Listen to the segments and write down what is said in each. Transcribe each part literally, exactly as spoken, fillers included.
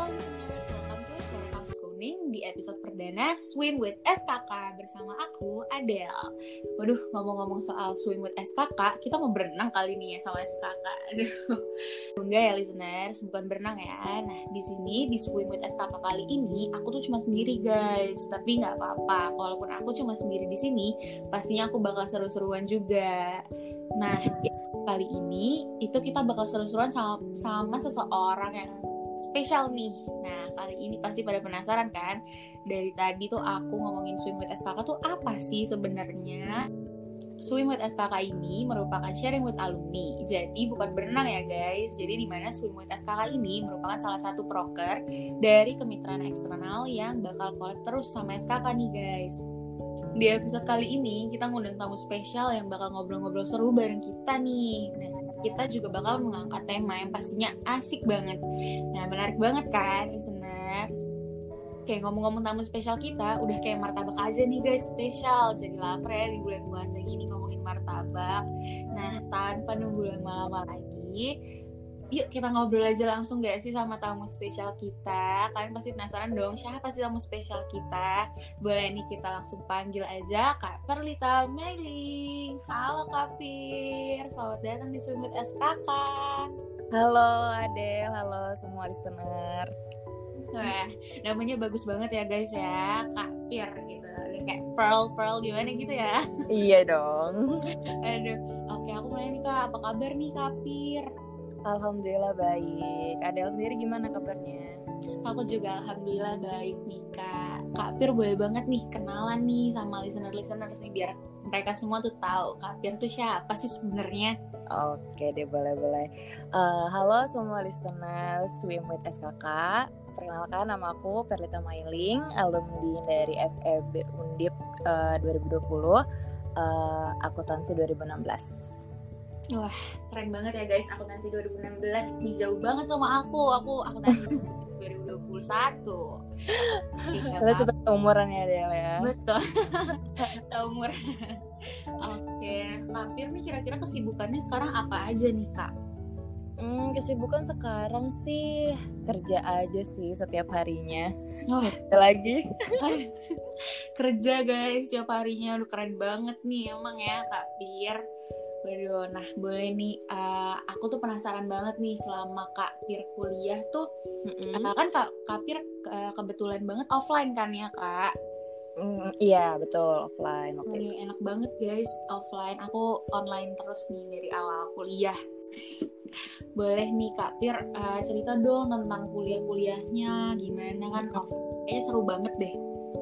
listeners, welcome to Suara Kampus Kuning di episode perdana Swim with S K K bersama aku, Adele. Waduh, ngomong-ngomong soal Swim with S K K, kita mau berenang kali ini ya sama S K K. Aduh, enggak ya listeners, bukan berenang ya. Nah, di sini di Swim with S K K kali ini, aku tuh cuma sendiri guys. Tapi nggak apa-apa, walaupun aku cuma sendiri di sini, pastinya aku bakal seru-seruan juga. Nah, kali ini itu kita bakal seru-seruan sama, sama seseorang yang spesial nih. Nah, kali ini pasti pada penasaran kan? Dari tadi tuh aku ngomongin Swim with S K K tuh apa sih sebenarnya? Swim with S K K ini merupakan sharing with alumni. Jadi bukan berenang ya guys. Jadi di mana Swim with S K K ini merupakan salah satu proker dari kemitraan eksternal yang bakal collab terus sama S K K nih guys. Di episode kali ini kita ngundang tamu spesial yang bakal ngobrol-ngobrol seru bareng kita nih. Nah, kita juga bakal mengangkat tema yang pastinya asik banget. Nah, menarik banget kan, listeners? Kayak ngomong-ngomong tamu spesial kita, udah kayak martabak aja nih guys, spesial. Jadi lapar ya di bulan puasa gini ngomongin martabak. Nah, tanpa nunggu lama-lama lagi, yuk kita ngobrol aja langsung gak sih sama tamu spesial kita. Kalian pasti penasaran dong, siapa sih tamu spesial kita? Boleh nih kita langsung panggil aja Kak Perlita Meiling. Halo Kak Pir, selamat datang di Swim with S K K. Halo Adele, halo semua listeners. Wah, namanya bagus banget ya guys ya, Kak Pir gitu. Kayak Pearl, Pearl gimana gitu ya. Iya dong. Aduh, oke aku mulai nih Kak, apa kabar nih Kak Pir? Alhamdulillah baik. Adele sendiri gimana kabarnya? Aku juga alhamdulillah baik nih Kak. Kak Pir boleh banget nih kenalan nih sama listener-listeners nih biar mereka semua tuh tahu Kak Pir tuh siapa sih sebenarnya. Oke deh, boleh-boleh. Uh, halo semua listeners Swim with S K K. Perkenalkan, nama aku Perlita Meiling, alumni dari F E B Undip uh, dua ribu dua puluh, uh, akuntansi dua ribu enam belas. Wah, keren banget ya guys, akuntansi dua ribu enam belas nih, jauh banget sama aku. Aku akuntansi dua ribu dua puluh satu. Kita tetap umuran ya Del ya. Betul. Umur. Oke, Kak Pir nih kira-kira kesibukannya sekarang apa aja nih Kak? Hmm, kesibukan sekarang sih kerja aja sih setiap harinya. Oh, ada lagi. Kerja guys setiap harinya, udah keren banget nih emang ya Kak Pir. Waduh, nah boleh nih, uh, aku tuh penasaran banget nih selama Kak Pir kuliah tuh, mm-hmm. uh, kan Kak, Kak Pir uh, kebetulan banget offline kan ya Kak? Mm, iya betul, offline. Oke. Okay. Enak banget guys offline, aku online terus nih dari awal kuliah. Boleh nih Kak Pir uh, cerita dong tentang kuliah-kuliahnya gimana kan? Oh, kayaknya seru banget deh.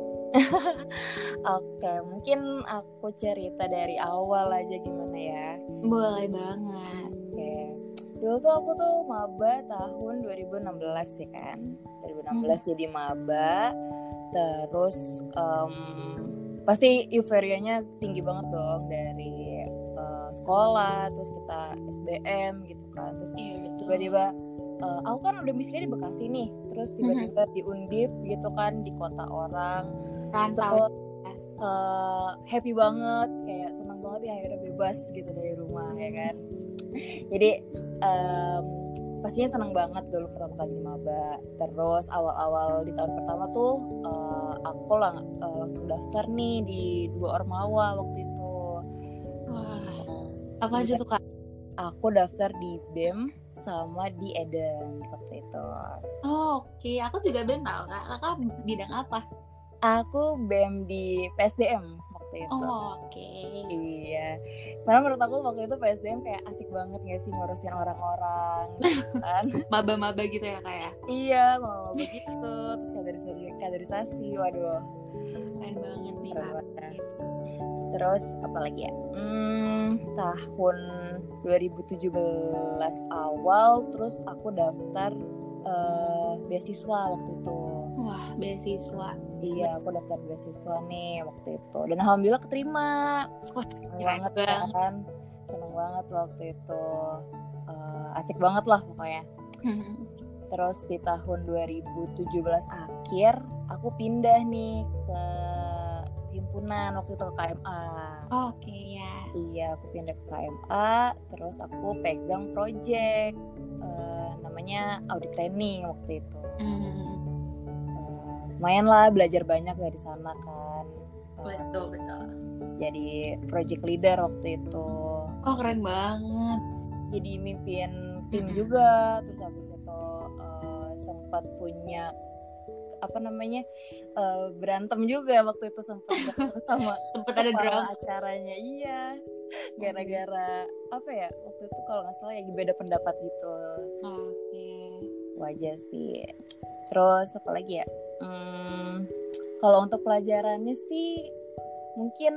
Oke, mungkin aku cerita dari awal aja gimana ya. Boleh banget. Oke, dulu tuh aku tuh maba tahun dua ribu enam belas ya kan, dua ribu enam belas hmm. jadi maba. Terus um, pasti euforianya tinggi banget dong dari uh, sekolah, terus kita S B M gitu kan. Terus iya, tiba-tiba uh, aku kan udah misalnya di Bekasi nih, terus tiba-tiba di Undip gitu kan, di kota orang. Rantau. Uh, happy banget, kayak senang banget ya akhirnya bebas gitu dari rumah ya kan. Jadi um, pastinya senang banget dulu pertama kali di maba. Terus awal-awal di tahun pertama tuh uh, aku lang- uh, langsung daftar nih di dua Ormawa waktu itu. Wah, apa aja tuh Kak? Aku daftar di B E M sama di Eden waktu itu. Oh, oke, okay. Aku juga B E M tau Kak. Kakak bidang apa? Aku B E M di P S D M waktu itu. Oh, oke. Okay. Iya. Karena menurut aku waktu itu P S D M kayak asik banget gak sih ngurusin orang-orang kan. Maba-maba gitu ya kayak. Iya, maba begitu. Terus kaderisasi, kaderisasi. Waduh. Keren banget nih Kak. Terus apa lagi ya? Hmm, tahun dua ribu tujuh belas awal terus aku daftar uh, beasiswa waktu itu. Wah, beasiswa. Iya, aku daftar beasiswa nih waktu itu. Dan alhamdulillah keterima. Wah, seneng banget kan. Seneng banget waktu itu. Uh, asik banget lah pokoknya. Terus di tahun dua ribu tujuh belas akhir, aku pindah nih ke himpunan waktu itu ke K M A. Oke ya. Iya, aku pindah ke K M A, terus aku pegang project uh, namanya audit training waktu itu. Mm. Uh, lumayan lah belajar banyak dari sana kan. Uh, Betul betul. Jadi project leader waktu itu. Oh keren banget. Jadi mimpin tim Mm-mm. juga, terus habis itu uh, sempat punya apa namanya uh, berantem juga waktu itu sempat sama Sempet ada kepala drama. acaranya. Iya, gara-gara apa ya waktu itu kalau nggak salah ya beda pendapat gitu. Oke. Wajar sih. Terus apa lagi ya? Hmm, kalau untuk pelajarannya sih mungkin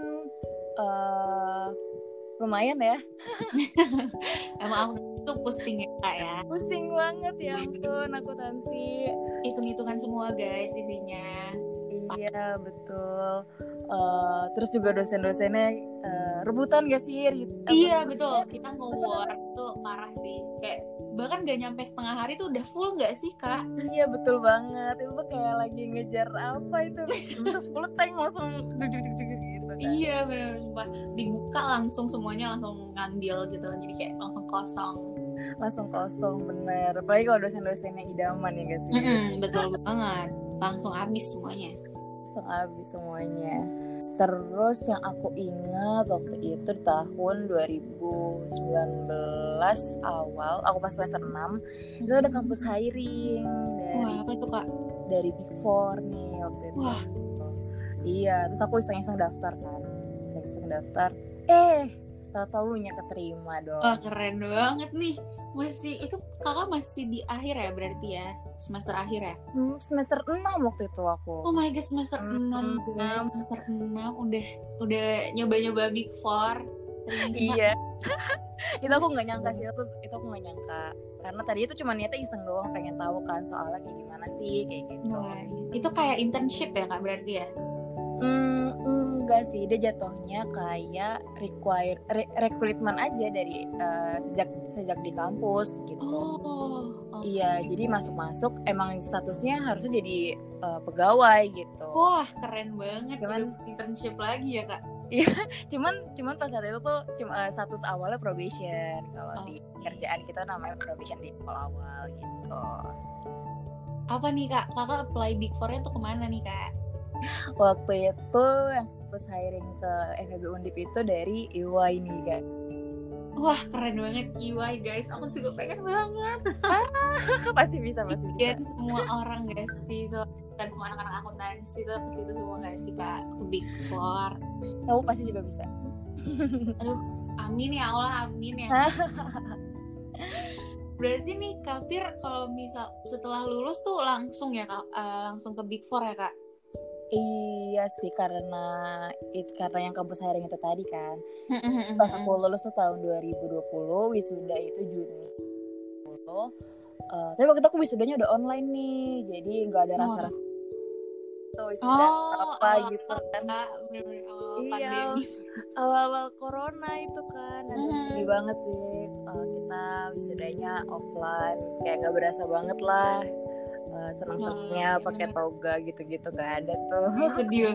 uh, lumayan ya. Emang aku tuh pusing ya kak ya. Pusing banget ya ampun akuntansi. Hitung-hitungan semua guys isinya. Iya betul. Uh, terus juga dosen-dosennya uh, rebutan gak sih? Rit- Iya apa- betul. Kita nge-war tuh parah sih. Kayak bahkan gak nyampe setengah hari tuh udah full gak sih kak? Iya betul banget. Itu tuh kayak lagi ngejar apa itu? Full tank langsung duduk-duduk gitu kan. Iya benar sumpah. Dibuka langsung semuanya langsung ngambil gitu. Jadi kayak langsung kosong. Langsung kosong bener. Apalagi kalau dosen-dosennya idaman ya gak sih? Mm-mm, betul banget. Langsung habis semuanya. Langsung habis semuanya. Terus yang aku ingat waktu itu di tahun dua ribu sembilan belas awal, aku pas semester enam, itu ada kampus hiring dari Wah apa tuh kak? dari Big Four nih waktu itu. Wah. Iya, terus aku iseng-iseng daftar kan. Iseng-iseng daftar. Eh, tahu-taunya keterima dong. Wah keren banget nih. Masih itu kakak masih di akhir ya berarti ya? Semester akhir ya? Hmm, semester enam waktu itu aku. Oh my god semester enam guys. Semester enam udah udah nyoba-nyoba Big Four. Terima. Iya. Itu aku nggak nyangka sih, itu itu aku nggak nyangka. Karena tadi itu cuma niatnya iseng doang, pengen tahu kan soalnya kayak gimana sih kayak gitu. Wah, itu kayak internship ya kak berarti ya? Hmm, enggak sih, dia jatuhnya kayak require re- rekrutmen aja dari uh, sejak sejak di kampus gitu. Oh, okay. Iya, jadi masuk-masuk emang statusnya harusnya jadi uh, pegawai gitu. Wah, keren banget. Cuman udah internship lagi ya kak? cuman cuman pas saat itu tuh cuma uh, status awalnya probation. Kalau Oh, di okay. kerjaan kita namanya probation di awal-awal gitu. Apa nih kak? Kakak apply Big Four-nya tuh kemana nih kak? Waktu itu yang pas hiring ke F E B Undip itu dari I W A nih kan. Wah, keren banget E Y guys. Aku juga pengen banget. Pasti bisa, pasti bisa. Dan semua orang gak sih itu, dan semua anak-anak akuntansi itu ke situ semua gak sih kak? Ke Big Four. Kamu pasti juga bisa. Aduh, amin ya Allah, amin ya. Berarti nih Kak Pir kalau misal setelah lulus tuh langsung ya kak, uh, langsung ke Big Four ya kak? Iya sih, karena it, karena yang kampus hiring itu tadi kan. Pas aku lulus tuh tahun dua ribu dua puluh, wisuda itu Juni dua ribu dua puluh. Uh, tapi waktu itu aku wisudanya udah online nih, jadi nggak ada rasa-rasa tuh wisuda oh, apa awal, gitu kan. Bener-bener awal Iya, pandemi. awal-awal corona itu kan. Aduh, Mm-hmm. sedih banget sih. Uh, kita wisudanya offline, kayak nggak berasa banget lah. Uh, senang-senangnya Oh, pakai toga gitu-gitu gak ada tuh. Sedih.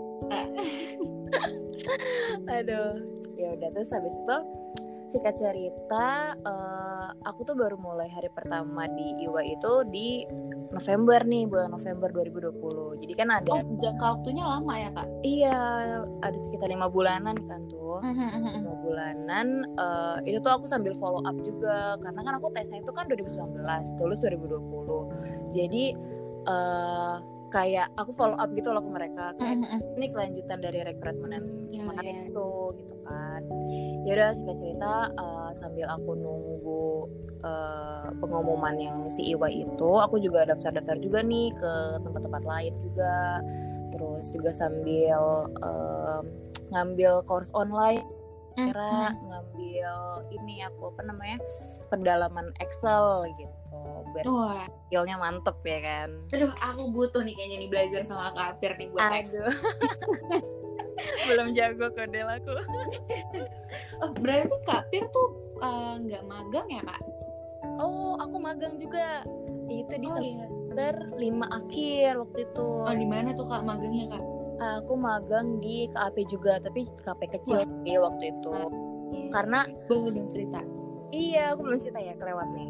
Aduh, ya udah terus habis itu singkat cerita, uh, aku tuh baru mulai hari pertama di I W A itu di November nih, bulan November dua ribu dua puluh. Jadi kan ada. Oh, jangka waktunya lama ya kak? Iya, ada sekitar lima bulanan kan tuh. lima bulanan. Uh, itu tuh aku sambil follow up juga, karena kan aku tesnya itu kan dua ribu sembilan belas, lulus dua ribu dua puluh. Jadi uh, kayak aku follow up gitu loh ke mereka, kayak ini kelanjutan dari rekrutmen yang yeah, kemarin yeah. itu gitu kan. Ya udah singkat cerita, uh, sambil aku nunggu uh, pengumuman yang si I W A itu, aku juga daftar-daftar juga nih ke tempat-tempat lain juga. Terus juga sambil uh, ngambil course online, kira ngambil ini aku apa namanya pendalaman Excel gitu, biar Wah. skillnya mantep ya kan. Aduh, aku butuh nih kayaknya nih belajar sama Kak Pir nih buat Excel. Belum jago kode aku. Oh, berarti Kak Pir tuh nggak uh, magang ya kak? Oh, aku magang juga. Itu di oh, semester iya. lima akhir waktu itu. Oh, di mana tuh kak magangnya kak? Aku magang di K A P juga, tapi K A P kecil sih waktu itu. Iya. Karena boleh dong cerita. Iya, aku belum cerita ya, kelewat nih.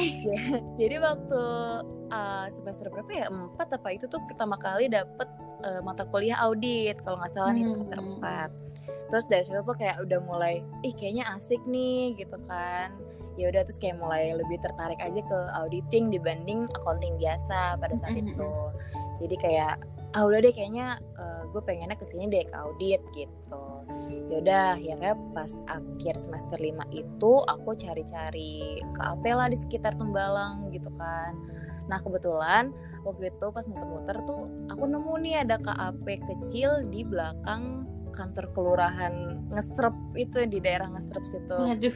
Jadi waktu uh, semester berapa ya? Empat apa itu tuh pertama kali dapet uh, mata kuliah audit, kalau nggak salah nih Hmm. semester empat. Terus dari situ tuh kayak udah mulai, ih kayaknya asik nih gitu kan. Ya udah terus kayak mulai lebih tertarik aja ke auditing dibanding accounting biasa pada saat Mm-mm. itu. Jadi kayak ah udah deh kayaknya uh, gue pengennya kesini deh ke audit gitu. Yaudah akhirnya pas akhir semester lima itu aku cari-cari K A P lah di sekitar Tembalang gitu kan. Nah kebetulan waktu itu pas muter-muter tuh aku nemu nih ada K A P kecil di belakang kantor kelurahan Ngesrep itu, di daerah Ngesrep situ. Waduh.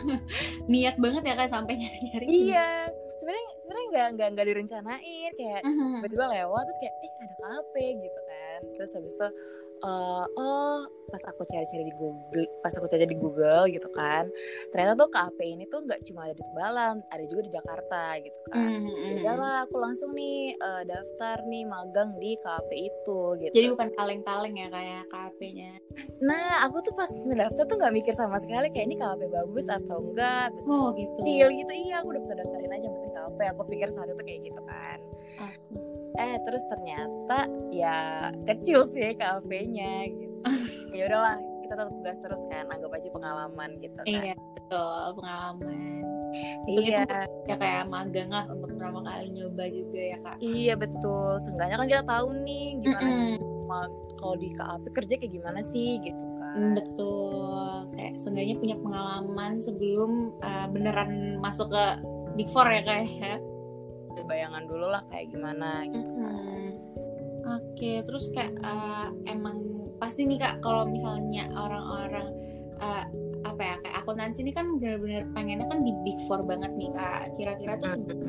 Niat banget ya Kak sampai nyari-nyari. Iya, sebenarnya sebenarnya nggak nggak nggak direncanain, kayak Uh-huh. tiba-tiba lewat terus kayak eh ada K A P gitu kan. Terus habis itu uh, oh pas aku cari-cari di Google, pas aku cari di Google gitu kan, ternyata tuh K A P ini tuh nggak cuma ada di Tembalang, ada juga di Jakarta gitu kan. Mm-hmm. Udahlah aku langsung nih uh, daftar nih magang di K A P itu gitu. Jadi bukan kaleng-kaleng ya kayak K A P-nya. Nah aku tuh pas ngedaftar tuh nggak mikir sama sekali kayak ini K A P bagus atau enggak. Terus Oh gitu. kecil gitu, iya aku udah bisa daftarin aja penting K A P, aku pikir saat itu kayak gitu kan. Ah. Eh terus ternyata ya kecil sih K A P-nya gitu. Ya udahlah kita tetap tugas terus kan, anggap aja pengalaman gitu kan. Iya betul, pengalaman. Iya. Ya kayak magang lah untuk pertama kali nyoba juga ya Kak. Iya betul, seenggaknya kan kita tahu nih gimana Mm-mm. sih kalau di K A P kerja kayak gimana sih gitu kan. Betul, kayak seenggaknya punya pengalaman sebelum uh, beneran masuk ke Big Four ya Kak ya. Bayangan dulu lah kayak gimana gitu kan. Mm-hmm. Oke, terus kayak uh, emang pasti nih Kak kalau misalnya orang-orang uh, apa ya kayak akuntansi ini kan benar-benar pengennya kan di Big Four banget nih Kak. Kira-kira tuh sebelum,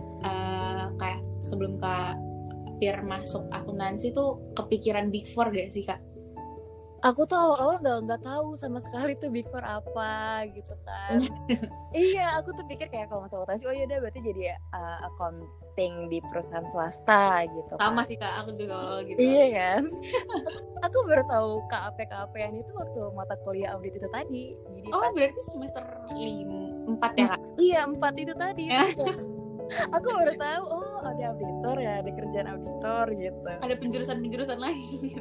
uh, kayak sebelum Kak biar masuk akuntansi tuh kepikiran Big Four gak sih Kak? Aku tuh awal-awal nggak nggak tahu sama sekali tuh Big Four apa gitu kan. Iya, aku tuh pikir kayak kalau masuk akuntansi, oh ya udah berarti jadi uh, accounting di perusahaan swasta gitu. Sama kan. sih Kak, aku juga awal gitu. Iya kan. Aku baru tahu K A P K A P-an itu waktu mata kuliah audit itu tadi. Jadi oh pas... berarti semester lima, empat ya Kak? Iya empat itu tadi. Aku baru tahu, oh ada auditor ya, ada kerjaan auditor gitu. Ada penjurusan-penjurusan lain.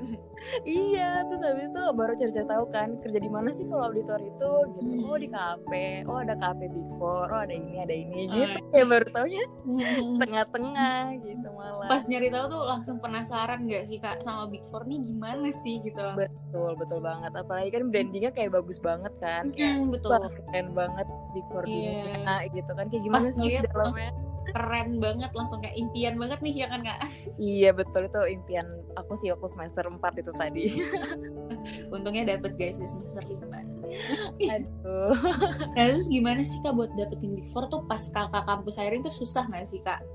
Iya, terus habis itu baru cari-cari tahu kan kerja di mana sih kalau auditor itu gitu. Hmm. Oh di K A P, oh ada K A P Big Four, oh ada ini ada ini gitu. Oh. Ya baru taunya tengah-tengah gitu malah. Pas nyari tahu tuh langsung penasaran nggak sih Kak sama Big Four nih gimana sih gitu. Betul betul banget. Apalagi kan brandingnya kayak bagus banget kan. Hmm, betul. Wah, keren banget Big Four yeah. dunia gitu kan. Kayak gimana pas sih ngeliat dalamnya? Keren banget, langsung kayak impian banget nih ya kan Kak? Iya betul, itu impian aku sih waktu semester empat itu tadi. Untungnya dapet guys di semester lima. Aduh. Nah terus gimana sih Kak buat dapetin Big Four tuh pas kakak kampus hiring tuh susah gak sih Kak?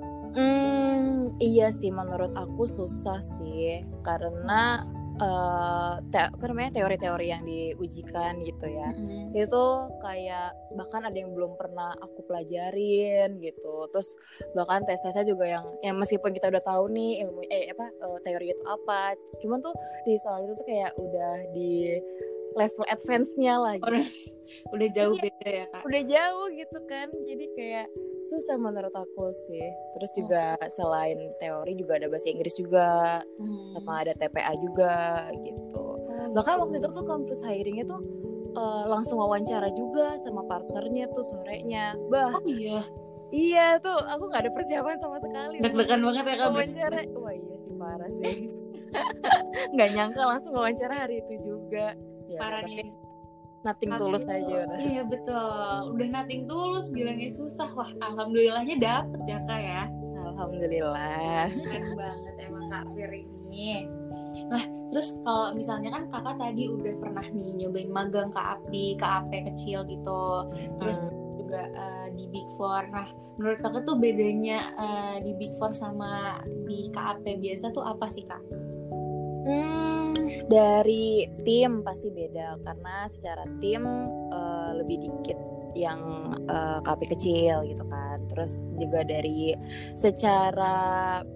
Hmm, iya sih menurut aku susah sih karena uh, te- apa namanya teori-teori yang diujikan gitu ya. Mm-hmm. Itu kayak bahkan ada yang belum pernah aku pelajarin gitu. Terus bahkan tes-tesnya juga yang yang meskipun kita udah tahu nih ilmu eh apa uh, teori itu apa, cuman tuh di soal itu tuh kayak udah di level advance-nya lagi. Udah, udah jauh beda ya Kak? Udah jauh gitu kan. Jadi kayak susah menurut aku sih. Terus juga oh. selain teori juga ada bahasa Inggris juga, hmm. sama ada T P A juga gitu. Oh, bahkan gitu. Waktu itu tuh kampus hiringnya tuh uh, langsung wawancara juga sama partnernya tuh sorenya. Bah. Oh iya. Iya tuh aku nggak ada persiapan sama sekali. Deg-degan banget ya Kak. Wawancara. Wah iya sih parah sih. Nggak nyangka langsung wawancara hari itu juga. Ya, parah nih. Nothing tulus itu, aja udah. Iya betul. Udah nothing tulus bilangnya susah. Wah, alhamdulillahnya dapet ya Kak ya. Alhamdulillah. Keren banget emang Kak Fir ini. Nah, terus kalau misalnya kan Kakak tadi udah pernah nih nyobain magang K A P di K A P kecil gitu. Terus hmm. juga uh, di Big Four. Nah, menurut Kakak tuh bedanya uh, di Big Four sama di K A P biasa tuh apa sih Kak? Hmm, dari tim pasti beda karena secara tim uh, lebih dikit yang uh, K A P kecil gitu kan. Terus juga dari secara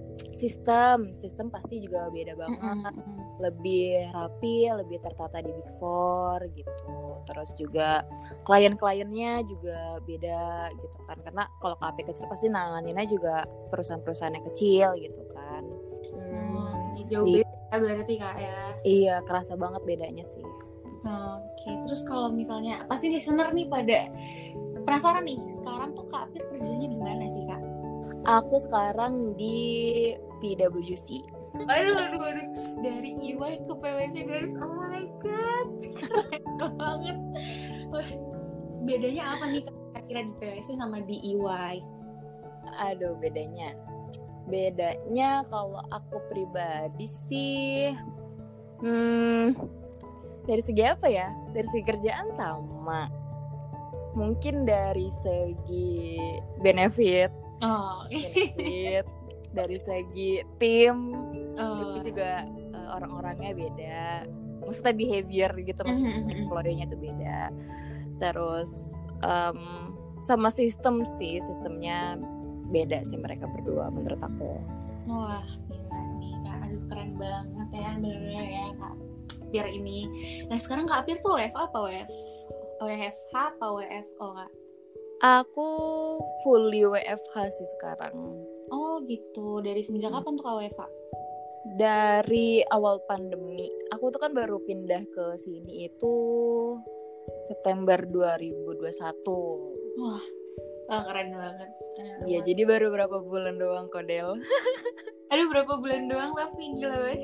sistem, sistem pasti juga beda banget. Mm-mm. Lebih rapi, lebih tertata di Big Four gitu. Terus juga klien-kliennya juga beda gitu kan. Karena kalau K P kecil pasti nanganinnya juga perusahaan-perusahaan yang kecil gitu kan. Hmm, jauh Iya. beda berarti Kak ya. Iya, kerasa banget bedanya sih. Oke, terus kalau misalnya pasti listener nih pada penasaran nih, sekarang tuh Kak Apir kerjanya di mana sih Kak? Aku sekarang di P W C. Aduh, aduh, aduh, dari E Y ke P W C guys, oh my god, keren banget. Wah, bedanya apa nih kira-kira di P W C sama di E Y? Aduh, bedanya. Bedanya kalau aku pribadi sih, hmm, dari segi apa ya? Dari segi kerjaan sama. Mungkin dari segi benefit, Oh, benefit. Dari segi tim, oh. itu juga uh, orang-orangnya beda. Maksudnya behavior gitu, maksudnya employee-nya itu beda. Terus um, sama sistem sih, sistemnya beda sih mereka berdua menurut aku. Wah, gila nih Kak, aduh keren banget ya, bener-bener ya Kak Apir ini. Nah sekarang Kak Apir tuh W F A apa W F W F H apa W F O Kak? Aku fully W F H sih sekarang. Oh gitu, dari semenjak Hmm. kapan tuh Kak W F A? Dari awal pandemi. Aku tuh kan baru pindah ke sini itu September dua ribu dua puluh satu. Wah, oh, keren banget. Iya, jadi baru berapa bulan doang Kodel. Aduh, berapa bulan doang tapi gila banget.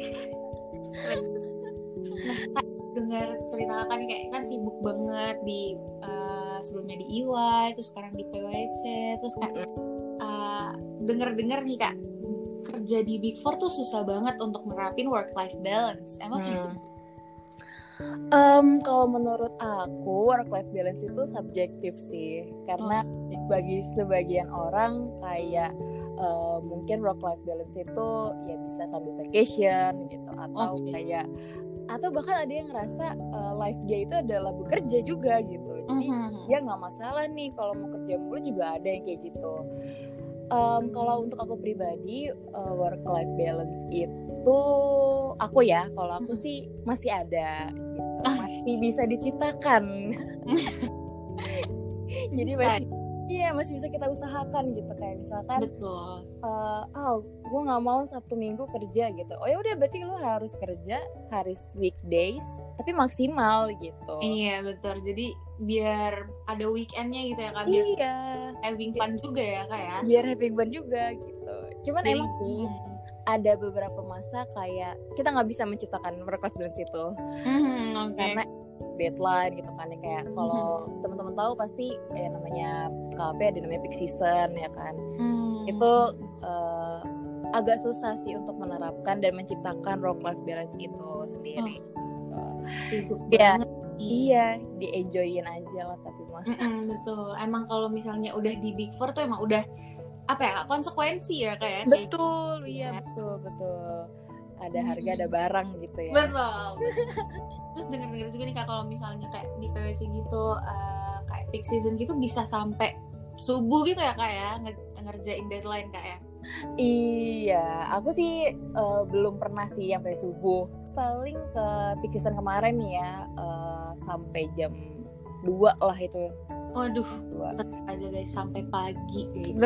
Nah, Kak, dengar cerita Kakak nih kayak kan sibuk banget di uh, sebelumnya di E Y, terus sekarang di P W C, terus Kak uh, dengar-dengar nih Kak, kerja di Big Four tuh susah banget untuk nerapin work-life balance. Emang Hmm. gitu? Um, kalau menurut aku work life balance itu subjektif sih, karena Oh. bagi sebagian orang kayak uh, mungkin work life balance itu ya bisa sambil vacation gitu, atau Okay. kayak atau bahkan ada yang ngerasa uh, life dia itu adalah bekerja juga gitu. Jadi Mm-hmm. dia nggak masalah nih kalau mau kerja mulu, juga ada yang kayak gitu. Um, kalau untuk aku pribadi uh, work life balance itu aku ya, kalau aku sih masih ada gitu, masih bisa diciptakan. Jadi Bisa. masih iya masih bisa kita usahakan gitu, kayak misalkan Betul. uh, oh gue nggak mau Sabtu Minggu kerja gitu, oh ya udah berarti lu harus kerja hari weekdays tapi maksimal gitu. Iya betul, jadi biar ada weekendnya gitu ya Kak, biar Iya, having fun juga ya Kak ya. biar having fun juga gitu. Cuman Jadi, emang sih hmm. ada beberapa masa kayak kita nggak bisa menciptakan work life balance itu, Hmm, okay. karena deadline gitu kan, kayak kalau Hmm. teman-teman tahu pasti ya namanya K P ada namanya peak season ya kan. Hmm. Itu uh, agak susah sih untuk menerapkan dan menciptakan work life balance itu sendiri. Oh. Sibuk Ya, banget. iya, di-enjoyin aja lah tapi mah. Mm-mm, betul. Emang kalau misalnya udah di Big Four tuh emang udah apa ya, konsekuensi ya kayak. Betul, iya betul betul. Ada harga, ada barang gitu ya. Betul. betul. Terus dengar-dengar juga nih Kak, kalau misalnya kayak di P W C gitu, uh, kayak peak season gitu bisa sampai subuh gitu ya Kak ya, ngerjain deadline Kak ya. Iya, aku sih uh, belum pernah sih sampai subuh. Paling ke peak season kemarin nih ya, uh, sampai jam dua lah itu. Waduh, dua aja guys sampai pagi gitu.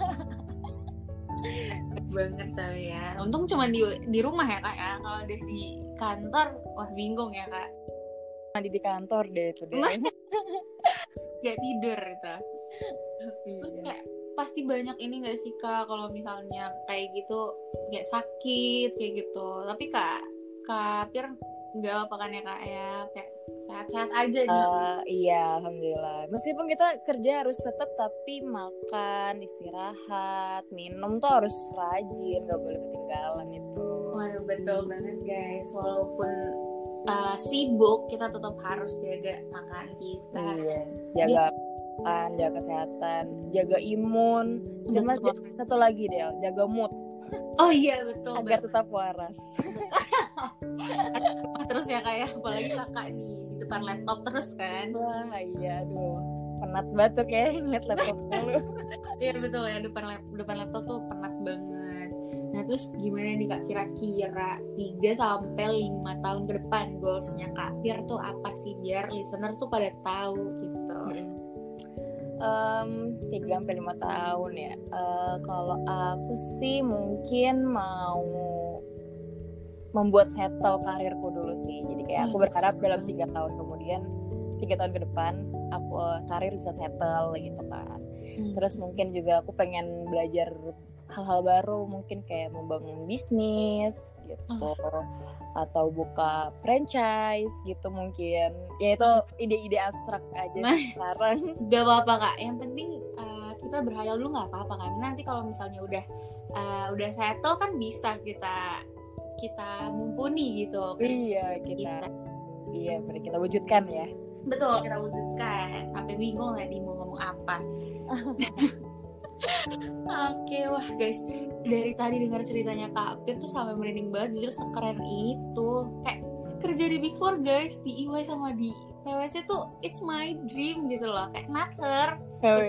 Banget tapi ya. Untung cuma di di rumah ya Kak ya. Kalau udah di kantor, wah bingung ya Kak. Mandi di kantor deh itu deh. Gak tidur itu. Terus kayak pasti banyak ini gak sih Kak, kalau misalnya kayak gitu kayak sakit kayak gitu. Tapi Kak, Kak Pir enggak apa kan ya Kak ya, kayak sehat-sehat aja nih. Uh, iya, alhamdulillah. Meskipun kita kerja harus tetap, tapi makan, istirahat, minum tuh harus rajin, nggak boleh ketinggalan itu. Waduh, betul banget guys. Walaupun uh, sibuk, kita tetap harus jaga makan kita. Iya, jaga makan, jaga kesehatan, jaga imun. Sama satu lagi Del, jaga mood. Oh iya betul. Agar betul. Tetap waras. Terus ya kayak apalagi kakak di di depan laptop terus kan. Wah iya, aduh penat banget tuh kayak ngeliat laptop dulu. Iya betul ya, depan lap, depan laptop tuh penat banget. Nah terus gimana nih Kak, kira-kira tiga sampai lima tahun ke depan goalsnya Kak Pir tuh apa sih, biar listener tuh pada tahu gitu. Um, tiga sampai lima tahun ya. Uh, kalau aku sih mungkin mau membuat settle karirku dulu sih. Jadi kayak aku berharap dalam tiga tahun kemudian, tiga tahun ke depan aku uh, karir bisa settle gitu kan. Hmm. Terus mungkin juga aku pengen belajar hal-hal baru, mungkin kayak membangun bisnis gitu, oh. atau buka franchise gitu mungkin. Ya itu ide-ide abstrak aja nah, sekarang. Gak apa-apa Kak, yang penting uh, kita berhayal dulu, nggak apa-apa kan. Nanti kalau misalnya udah uh, udah settle kan bisa kita kita mumpuni gitu. Iya kita, kita. Iya benar, kita wujudkan ya. Betul, kita wujudkan. Sampai bingung tadi mau ngomong apa. Oke, wah guys, dari tadi dengar ceritanya Kak Pir tuh sampai merinding banget, jujur sekeren itu. Kayak kerja di Big Four guys, di E Y sama di P W C tuh it's my dream gitu loh, kayak not her. Oh,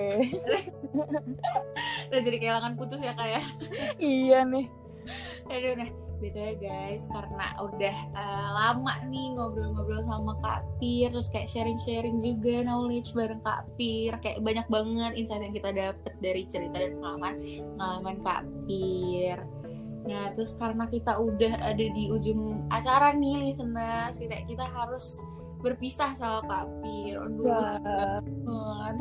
udah jadi kehilangan putus ya Kak ya. Iya nih. Aduh, nah B T W guys, karena udah uh, lama nih ngobrol-ngobrol sama Kak Pir, terus kayak sharing-sharing juga knowledge bareng Kak Pir, kayak banyak banget insight yang kita dapet dari cerita dan pengalaman pengalaman Kak Pir. Nah terus karena kita udah ada di ujung acara nih listeners, kita kita harus berpisah sama Kak Pir. Aduh, banget.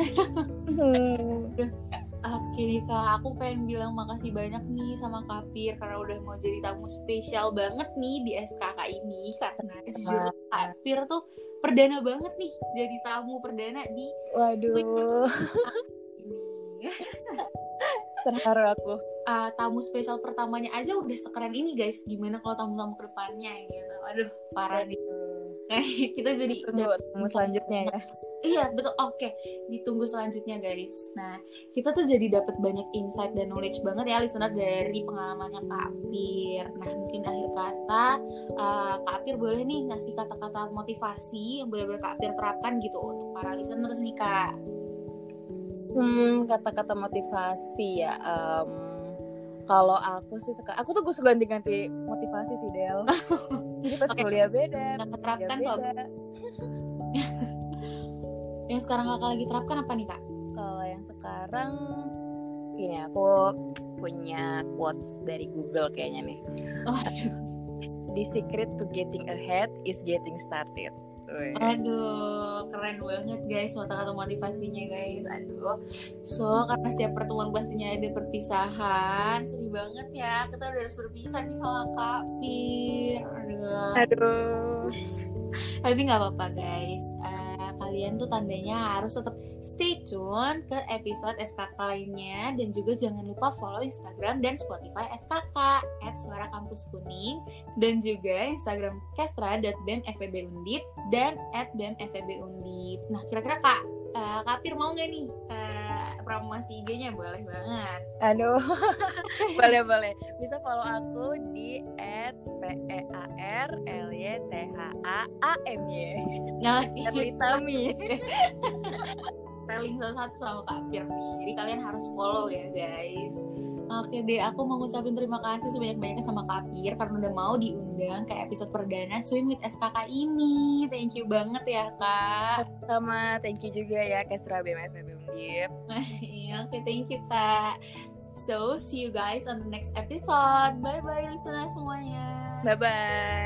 Oke nih Kak, aku pengen bilang makasih banyak nih sama Kak Pir karena udah mau jadi tamu spesial banget nih di S K K ini. Karena jujur Kak Pir tuh perdana banget nih jadi tamu perdana di Waduh ini. Terharu aku. Uh, tamu spesial pertamanya aja udah sekeren ini guys. Gimana kalau tamu-tamu kedepannya gitu. Aduh parah nih. Kita jadi tunggu tamu selanjutnya ya. Iya betul, oke, ditunggu selanjutnya guys. Nah kita tuh jadi dapat banyak insight dan knowledge banget ya listener dari pengalamannya Kak Pir. Nah mungkin akhir kata uh, Kak Pir boleh nih ngasih kata-kata motivasi yang benar-benar Kak Pir terapkan gitu untuk para listeners nih Kak. Hmm kata-kata motivasi ya. Um, kalau aku sih sekarang, aku tuh gue suka ganti-ganti motivasi sih Del. Jadi pas okay. kuliah beda, pas terapkan kok. Yang sekarang kakak lagi terapkan apa nih Kak? Kalau yang sekarang ini aku punya quotes dari Google kayaknya nih. Oh, aduh. The secret to getting ahead is getting started. Aduh, keren banget guys kata-kata motivasinya guys. Aduh. So, karena setiap pertemuan pastinya ada perpisahan. Sedih banget ya, kita udah harus berpisah nih sama Kak Pir. Aduh. Aduh. Tapi nggak apa-apa guys. Uh, kalian tuh tandanya harus tetap stay tune ke episode S K K lainnya, dan juga jangan lupa follow Instagram dan Spotify S K K at Suara Kampus Kuning, dan juga Instagram kestra dot b e m f e b undip dan at b e m f e b undip. Nah kira-kira Kak uh, Kak Pir mau nggak nih uh, promosi I G-nya? Boleh banget. Aduh, boleh boleh. Bisa follow aku di at p e a r l y t h a a m y. Erlitami. Spelling satu-satu sama Kak Pir nih. Jadi kalian harus follow ya guys. Oke deh, aku mau ngucapin terima kasih sebanyak-banyaknya sama Kak Pir karena udah mau diundang ke episode perdana Swim with S K K ini. Thank you banget ya Kak. Sama, thank you juga ya Kesra B M F E B Undip. Iya, oke, thank you Kak. So, see you guys on the next episode. Bye-bye listener semuanya. Bye-bye.